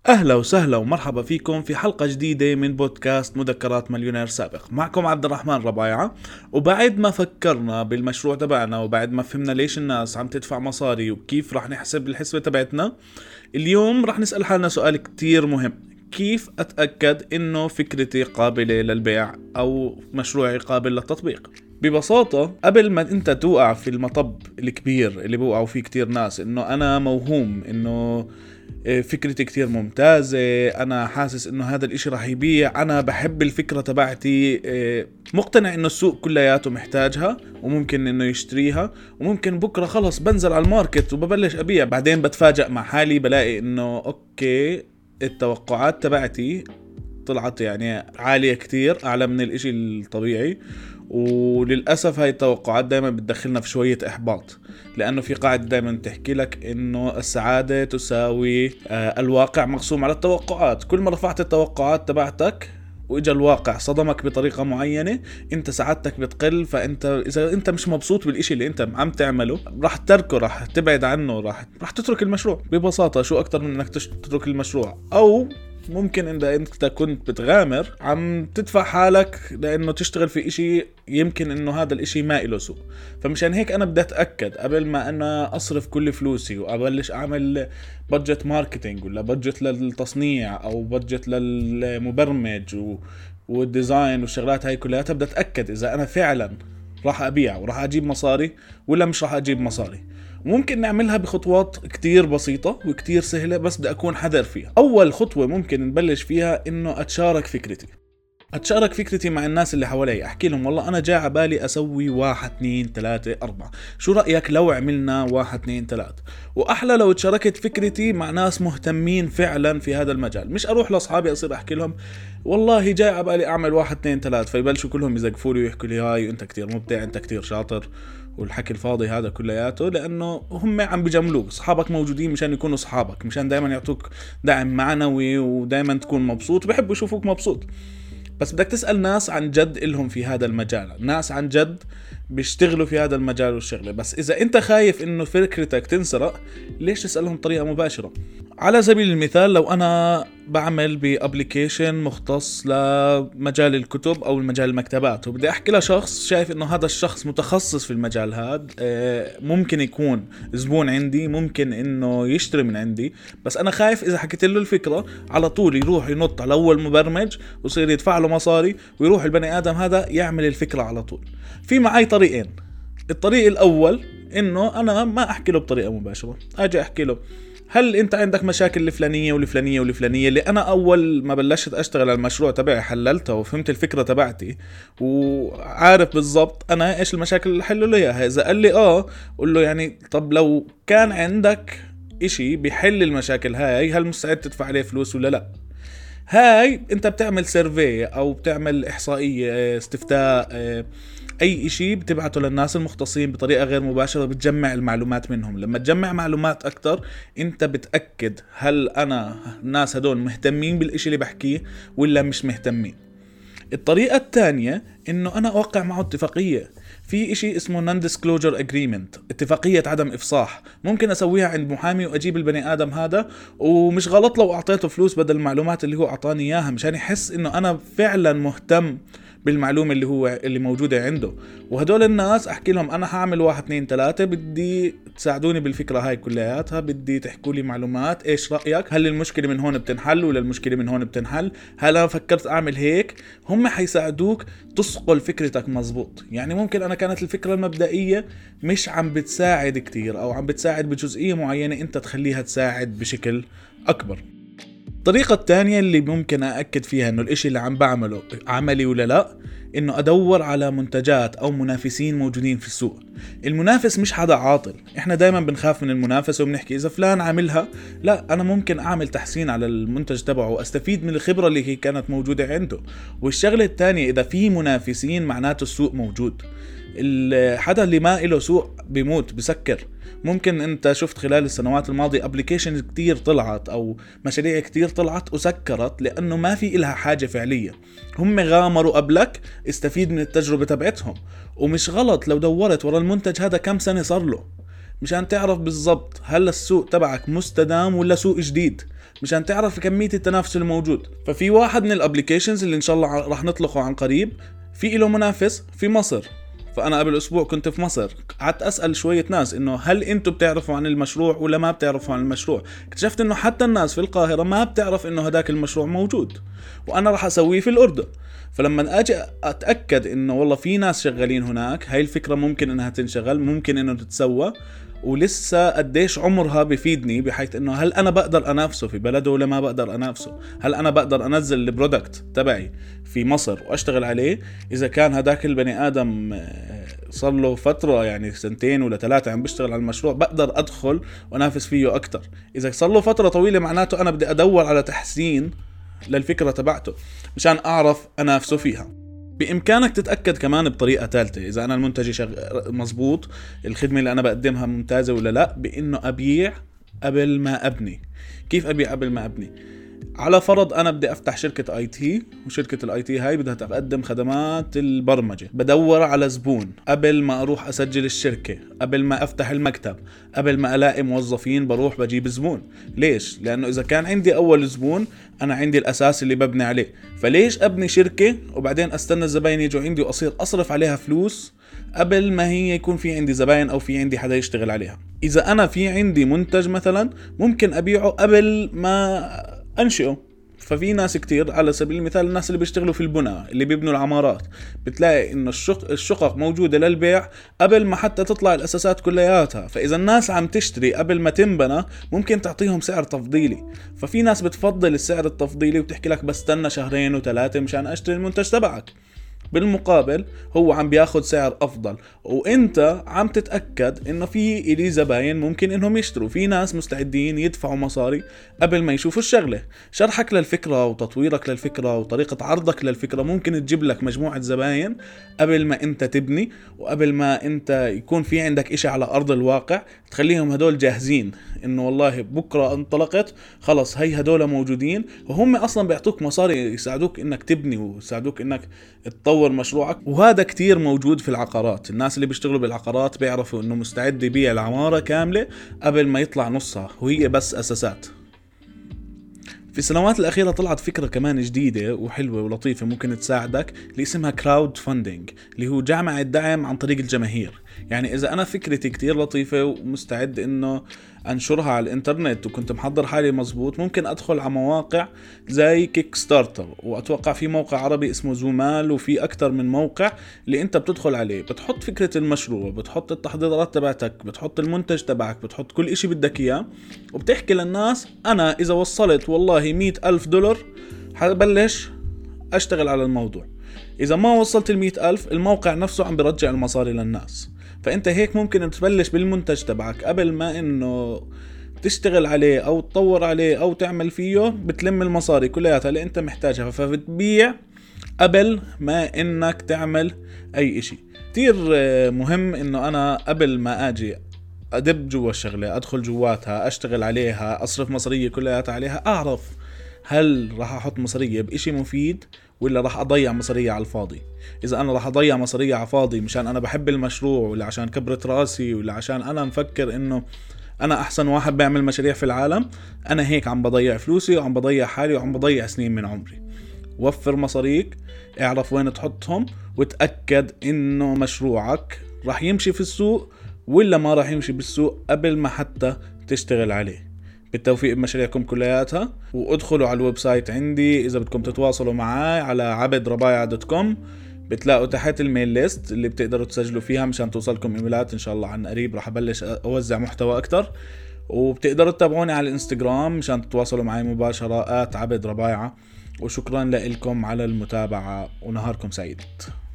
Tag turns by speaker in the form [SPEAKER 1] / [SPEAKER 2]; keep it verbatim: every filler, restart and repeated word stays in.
[SPEAKER 1] أهلا وسهلا ومرحبا فيكم في حلقة جديدة من بودكاست مذكرات مليونير سابق. معكم عبد الرحمن ربايعة. وبعد ما فكرنا بالمشروع تبعنا وبعد ما فهمنا ليش الناس عم تدفع مصاري وكيف رح نحسب الحسبة تبعتنا، اليوم رح نسأل حالنا سؤال كتير مهم: كيف أتأكد إنه فكرتي قابلة للبيع أو مشروعي قابل للتطبيق؟ ببساطة، قبل ما انت توقع في المطب الكبير اللي بوقعوا فيه كتير ناس، انه انا موهوم، انه فكرتي كتير ممتازة، انا حاسس انه هذا الاشي رح يبيع، انا بحب الفكرة تبعتي، مقتنع انه السوق كلياته محتاجها وممكن انه يشتريها، وممكن بكرة خلص بنزل على الماركت وببلش ابيع. بعدين بتفاجأ مع حالي بلاقي انه اوكي، التوقعات تبعتي طلعت يعني عالية كتير، اعلى من الاشي الطبيعي. وللأسف هاي التوقعات دايما بتدخلنا في شوية إحباط، لأنه في قاعدة دايما تحكي لك إنه السعادة تساوي آه الواقع مقسوم على التوقعات. كل ما رفعت التوقعات تبعتك وإجا الواقع صدمك بطريقة معينة، انت سعادتك بتقل. فانت اذا انت مش مبسوط بالاشي اللي انت عم تعمله، راح تتركه، راح تبعد عنه، راح راح تترك المشروع. ببساطة، شو اكتر من انك تترك المشروع؟ او ممكن إن انت كنت بتغامر عم تدفع حالك لانه تشتغل في اشي يمكن انه هذا الاشي ما إله سوق. فمشان هيك انا بدي اتأكد قبل ما انا اصرف كل فلوسي وابلش اعمل بادجت ماركتينج ولا بادجت للتصنيع او بادجت للمبرمج و... والديزاين والشغلات هاي كلها، بدي اتأكد اذا انا فعلا راح ابيع وراح اجيب مصاري ولا مش راح اجيب مصاري. ممكن نعملها بخطوات كتير بسيطة وكتير سهلة، بس بدي أكون حذر فيها. أول خطوة ممكن نبلش فيها إنه أتشارك فكرتي. أتشارك فكرتي مع الناس اللي حوالي، أحكي لهم والله أنا جاي عبالي أسوي واحد اثنين ثلاثة أربعة، شو رأيك لو عملنا واحد اثنين ثلاثة؟ وأحلى لو تشاركت فكرتي مع ناس مهتمين فعلا في هذا المجال، مش أروح لأصحابي أصير أحكي لهم والله جاي عبالي أعمل واحد اثنين ثلاثة، فيبلشوا كلهم يزقفوا لي ويحكوا لي هاي أنت كتير مبدع، أنت كتير شاطر، والحكي الفاضي هذا كلياته، لأنه هم عم بيجملوك. أصحابك موجودين مشان يكونوا أصحابك، مشان دايما يعطوك دعم معنوي ودايما تكون مبسوط وبيحبوا يشوفوك مبسوط. بس بدك تسأل ناس عن جد إلهم في هذا المجال، ناس عن جد بيشتغلوا في هذا المجال والشغلة. بس إذا أنت خايف إنه فكرتك تنسرق، ليش تسألهم بطريقة مباشرة؟ على سبيل المثال، لو أنا بعمل بأبليكيشن مختص لمجال الكتب أو المجال المكتبات، وبدي أحكي لشخص شايف إنه هذا الشخص متخصص في المجال هذا، ممكن يكون زبون عندي، ممكن إنه يشتري من عندي، بس أنا خايف إذا حكيت له الفكرة على طول يروح ينط على أول مبرمج ويصير يدفع له مصاري ويروح البني آدم هذا يعمل الفكرة على طول. في معي طريقين. الطريق الأول إنه أنا ما أحكي له بطريقة مباشرة، أجي أحكي له هل انت عندك مشاكل الفلانية والفلانية والفلانية اللي انا اول ما بلشت اشتغل على المشروع تبعي حللتها وفهمت الفكرة تبعتي وعارف بالضبط انا ايش المشاكل اللي حلوا لي اياها. اذا قال لي اه، قل له يعني طب لو كان عندك اشي بيحل المشاكل هاي، هل مستعد تدفع عليه فلوس ولا لا؟ هاي انت بتعمل سيرفي او بتعمل احصائية، استفتاء، اي اشي بتبعته للناس المختصين بطريقة غير مباشرة، بتجمع المعلومات منهم. لما تجمع معلومات اكتر انت بتأكد هل انا الناس هدول مهتمين بالاشي اللي بحكيه ولا مش مهتمين. الطريقة الثانية انه انا اوقع معه اتفاقية في اشي اسمه non-disclosure agreement، اتفاقية عدم افصاح. ممكن اسويها عند محامي واجيب البني ادم هذا، ومش غلط لو اعطيته فلوس بدل المعلومات اللي هو اعطاني اياها، مشان يحس انه انا فعلا مهتم بالمعلومة اللي هو اللي موجودة عنده. وهدول الناس احكي لهم انا هعمل واحد اثنين ثلاثة، بدي تساعدوني بالفكرة هاي كلياتها، بدي تحكوا لي معلومات، ايش رأيك؟ هل المشكلة من هون بتنحل ولا المشكلة من هون بتنحل؟ هل انا فكرت اعمل هيك؟ هم حيساعدوك تصقل فكرتك مزبوط. يعني ممكن انا كانت الفكرة المبدئية مش عم بتساعد كتير او عم بتساعد بجزئية معينة، انت تخليها تساعد بشكل اكبر. الطريقة الثانية اللي ممكن أأكد فيها إنه الإشي اللي عم بعمله عملي ولا لا، إنه أدور على منتجات أو منافسين موجودين في السوق. المنافس مش حدا عاطل، إحنا دايما بنخاف من المنافسة وبنحكي إذا فلان عاملها، لا، أنا ممكن أعمل تحسين على المنتج تبعه وأستفيد من الخبرة اللي هي كانت موجودة عنده. والشغلة الثانية، إذا في منافسين معناته السوق موجود. حدا اللي ما إله سوق بيموت بسكر. ممكن انت شفت خلال السنوات الماضية ابليكيشن كتير طلعت او مشاريع كتير طلعت وسكرت لانه ما في إلها حاجة فعلية. هم غامروا قبلك، استفيد من التجربة تبعتهم. ومش غلط لو دورت ورا المنتج هذا كم سنة صار له، مشان تعرف بالضبط هل السوق تبعك مستدام ولا سوق جديد، مشان تعرف كمية التنافس الموجود. ففي واحد من الابليكيشنز اللي ان شاء الله راح نطلقه عن قريب في له منافس في مصر. فانا قبل اسبوع كنت في مصر، قعدت اسال شويه ناس انه هل انتم بتعرفوا عن المشروع ولا ما بتعرفوا عن المشروع. اكتشفت انه حتى الناس في القاهره ما بتعرف انه هداك المشروع موجود، وانا راح اسويه في الاردن. فلما اجي اتاكد انه والله في ناس شغالين هناك، هاي الفكره ممكن انها تنشغل، ممكن انه تتسوى، ولسه قديش عمرها بفيدني، بحيث انه هل انا بقدر انافسه في بلده ولا ما بقدر انافسه، هل انا بقدر انزل البرودكت تبعي في مصر واشتغل عليه. اذا كان هداك البني ادم صار له فترة يعني سنتين ولا ثلاثة عم بيشتغل على المشروع، بقدر ادخل وانافس فيه اكتر. اذا صار له فترة طويلة معناته انا بدي ادور على تحسين للفكرة تبعته مشان اعرف انافسه فيها. بإمكانك تتأكد كمان بطريقة ثالثة إذا أنا المنتج شغ... مزبوط، الخدمة اللي أنا بقدمها ممتازة ولا لا، بإنه أبيع قبل ما أبني. كيف أبيع قبل ما أبني؟ على فرض أنا بدي أفتح شركة آي تي، وشركة الآي تي هاي بدها تقدم خدمات البرمجة، بدور على زبون قبل ما أروح أسجل الشركة، قبل ما أفتح المكتب، قبل ما ألاقي موظفين بروح بجيب زبون. ليش؟ لأنه إذا كان عندي أول زبون أنا عندي الأساس اللي ببني عليه. فليش أبني شركة وبعدين أستنى الزباين يجوا عندي وأصير أصرف عليها فلوس قبل ما هي يكون في عندي زباين أو في عندي حدا يشتغل عليها؟ إذا أنا في عندي منتج مثلا ممكن أبيعه قبل ما أنشئه. ففي ناس كتير على سبيل المثال الناس اللي بيشتغلوا في البناء، اللي بيبنوا العمارات، بتلاقي إنه الشق الشقق موجودة للبيع قبل ما حتى تطلع الأساسات كلياتها. فإذا الناس عم تشتري قبل ما تنبنى ممكن تعطيهم سعر تفضيلي. ففي ناس بتفضل السعر التفضيلي وبتحكي لك بس استنى شهرين وثلاثة مشان أشتري المنتج تبعك. بالمقابل هو عم بياخد سعر أفضل، وإنت عم تتأكد إنه في إلي زباين ممكن إنهم يشتروا. في ناس مستعدين يدفعوا مصاري قبل ما يشوفوا الشغلة. شرحك للفكرة وتطويرك للفكرة وطريقة عرضك للفكرة ممكن تجيب لك مجموعة زباين قبل ما أنت تبني، وقبل ما أنت يكون في عندك إشي على أرض الواقع تخليهم هدول جاهزين إنه والله بكرة انطلقت خلص هي هدول موجودين، وهم أصلا بيعطوك مصاري يساعدوك إنك تبني ويساعدوك إنك تطور مشروعك. وهذا كتير موجود في العقارات. الناس اللي بيشتغلوا بالعقارات بيعرفوا إنه مستعد يبيع العمارة كاملة قبل ما يطلع نصها وهي بس أساسات. في السنوات الأخيرة طلعت فكرة كمان جديدة وحلوة ولطيفة ممكن تساعدك، اللي اسمها كراود فاندنج، اللي هو جمع الدعم عن طريق الجماهير. يعني إذا أنا فكرتي كتير لطيفة ومستعد إنه أنشرها على الإنترنت وكنت محضر حالي مزبوط، ممكن أدخل على مواقع زي كيك ستارتر، وأتوقع في موقع عربي اسمه زومال، وفي أكتر من موقع اللي أنت بتدخل عليه، بتحط فكرة المشروع، بتحط التحضيرات تبعتك، بتحط المنتج تبعك، بتحط كل إشي بدك إياه، وبتحكي للناس أنا إذا وصلت والله مئة ألف دولار حبلش أشتغل على الموضوع. إذا ما وصلت المئة ألف الموقع نفسه عم برجع المصاري للناس. فأنت هيك ممكن تبلش بالمنتج تبعك قبل ما إنه تشتغل عليه أو تطور عليه أو تعمل فيه، بتلم المصاري كلياتها اللي أنت محتاجها، فبتبيع قبل ما إنك تعمل أي إشي. كتير مهم إنه أنا قبل ما أجي أدب جوا الشغلة، أدخل جواتها، أشتغل عليها، أصرف مصارية كلياتها عليها، أعرف هل راح أحط مصارية بإشي مفيد ولا راح أضيع مصارية على الفاضي. إذا أنا راح أضيع مصارية على الفاضي مشان أنا بحب المشروع ولا عشان كبرت راسي ولا عشان أنا مفكر إنه أنا أحسن واحد بيعمل مشاريع في العالم، أنا هيك عم بضيع فلوسي وعم بضيع حالي وعم بضيع سنين من عمري. وفر مصاريك، اعرف وين تحطهم، وتأكد إنه مشروعك راح يمشي في السوق ولا ما راح يمشي بالسوق قبل ما حتى تشتغل عليه. بالتوفيق بمشاريعكم كلياتها. وادخلوا على الويب سايت عندي إذا بدكم تتواصلوا معي على عبد ربايع دوت كوم، بتلاقوا تحت الميل ليست اللي بتقدروا تسجلوا فيها مشان توصلكم إيميلات. إن شاء الله عن قريب راح أبلش أوزع محتوى أكتر. وبتقدروا تتابعوني على الانستغرام مشان تتواصلوا معي مباشرة آت عبد ربايعة. وشكرا لكم على المتابعة ونهاركم سعيد.